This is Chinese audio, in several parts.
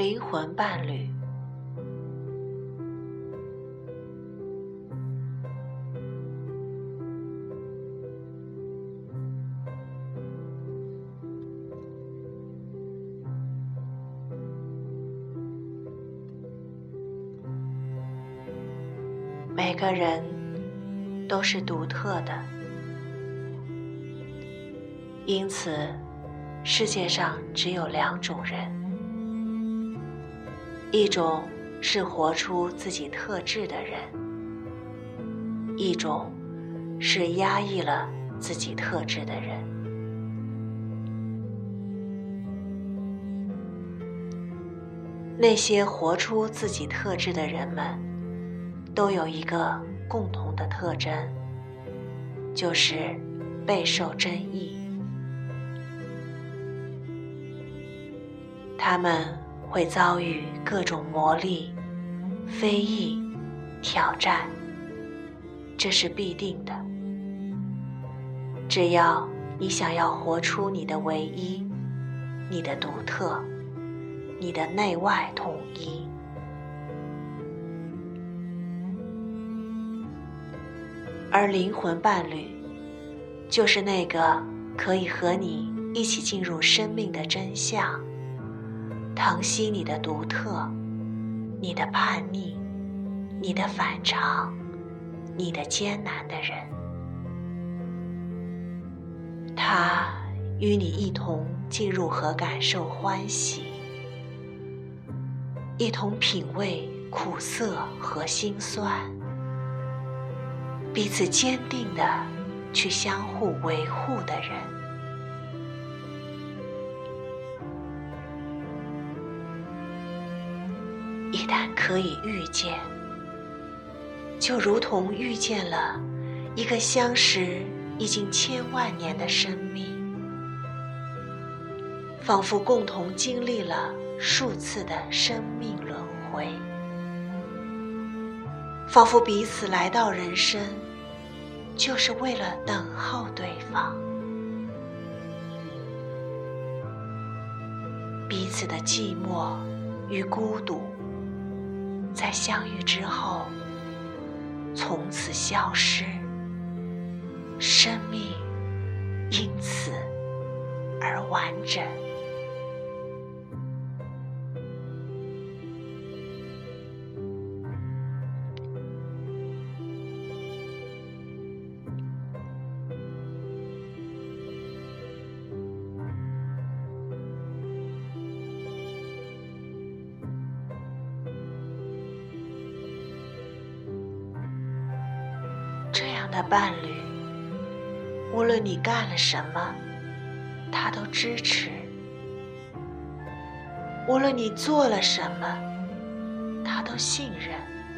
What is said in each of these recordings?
灵魂伴侣。每个人都是独特的，因此世界上只有2种人，一种是活出自己特质的人，一种是压抑了自己特质的人。那些活出自己特质的人们都有一个共同的特征，就是备受争议。他们会遭遇各种磨砺、非议、挑战，这是必定的。只要你想要活出你的唯一、你的独特、你的内外统一。而灵魂伴侣就是那个可以和你一起进入生命的真相，疼惜你的独特、你的叛逆、你的反常、你的艰难的人。他与你一同进入和感受欢喜，一同品味苦涩和辛酸，彼此坚定地去相互维护的人。一旦可以遇见，就如同遇见了一个相识已经千万年的生命，仿佛共同经历了数次的生命轮回，仿佛彼此来到人生就是为了等候对方。彼此的寂寞与孤独在相遇之后从此消失，生命因此而完整。这样的伴侣，无论你干了什么，他都支持；无论你做了什么，他都信任；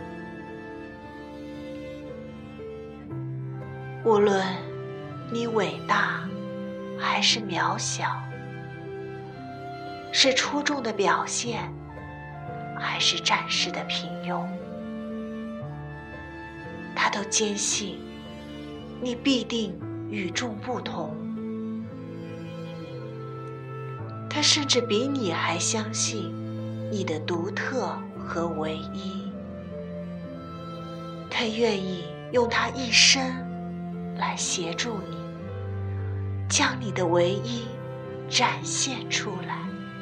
无论你伟大还是渺小，是出众的表现还是暂时的平庸，他都坚信你必定与众不同。他甚至比你还相信你的独特和唯一。他愿意用他一生来协助你，将你的唯一展现出来。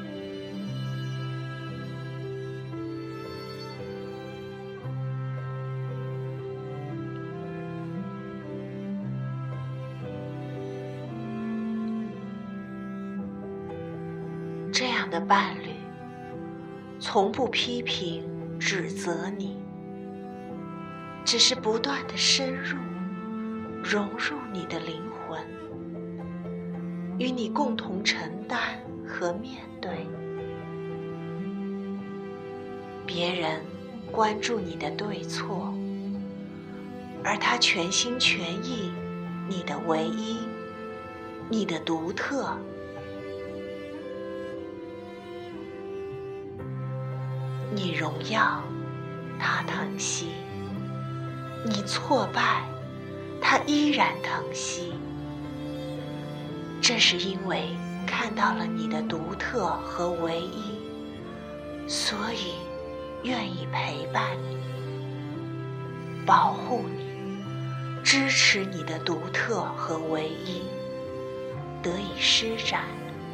这样的伴侣从不批评指责你，只是不断地深入融入你的灵魂，与你共同承担和面对。别人关注你的对错，而他全心全意你的唯一，你的独特。你荣耀，他疼惜；你挫败，他依然疼惜。正是因为看到了你的独特和唯一， 所以愿意陪伴你，保护你，支持你的独特和唯一得以施展。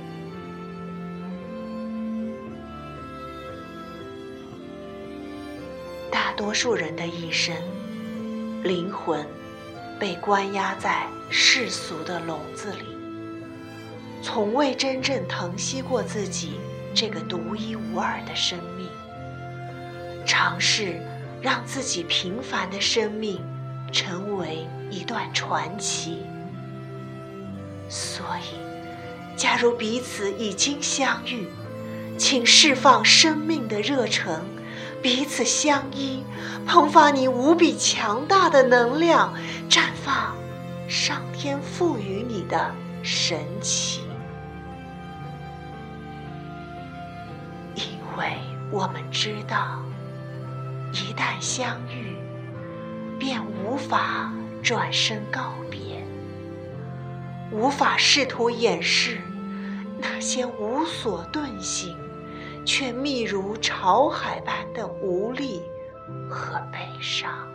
大多数人的一生，灵魂被关押在世俗的笼子里，从未真正疼惜过自己这个独一无二的生命，尝试让自己平凡的生命成为一段传奇。所以，假如彼此已经相遇，请释放生命的热忱，彼此相依，迸发你无比强大的能量，绽放上天赋予你的神奇。因为我们知道，一旦相遇，便无法转身告别，无法试图掩饰那些无所遁形却密如潮海般的无力和悲伤。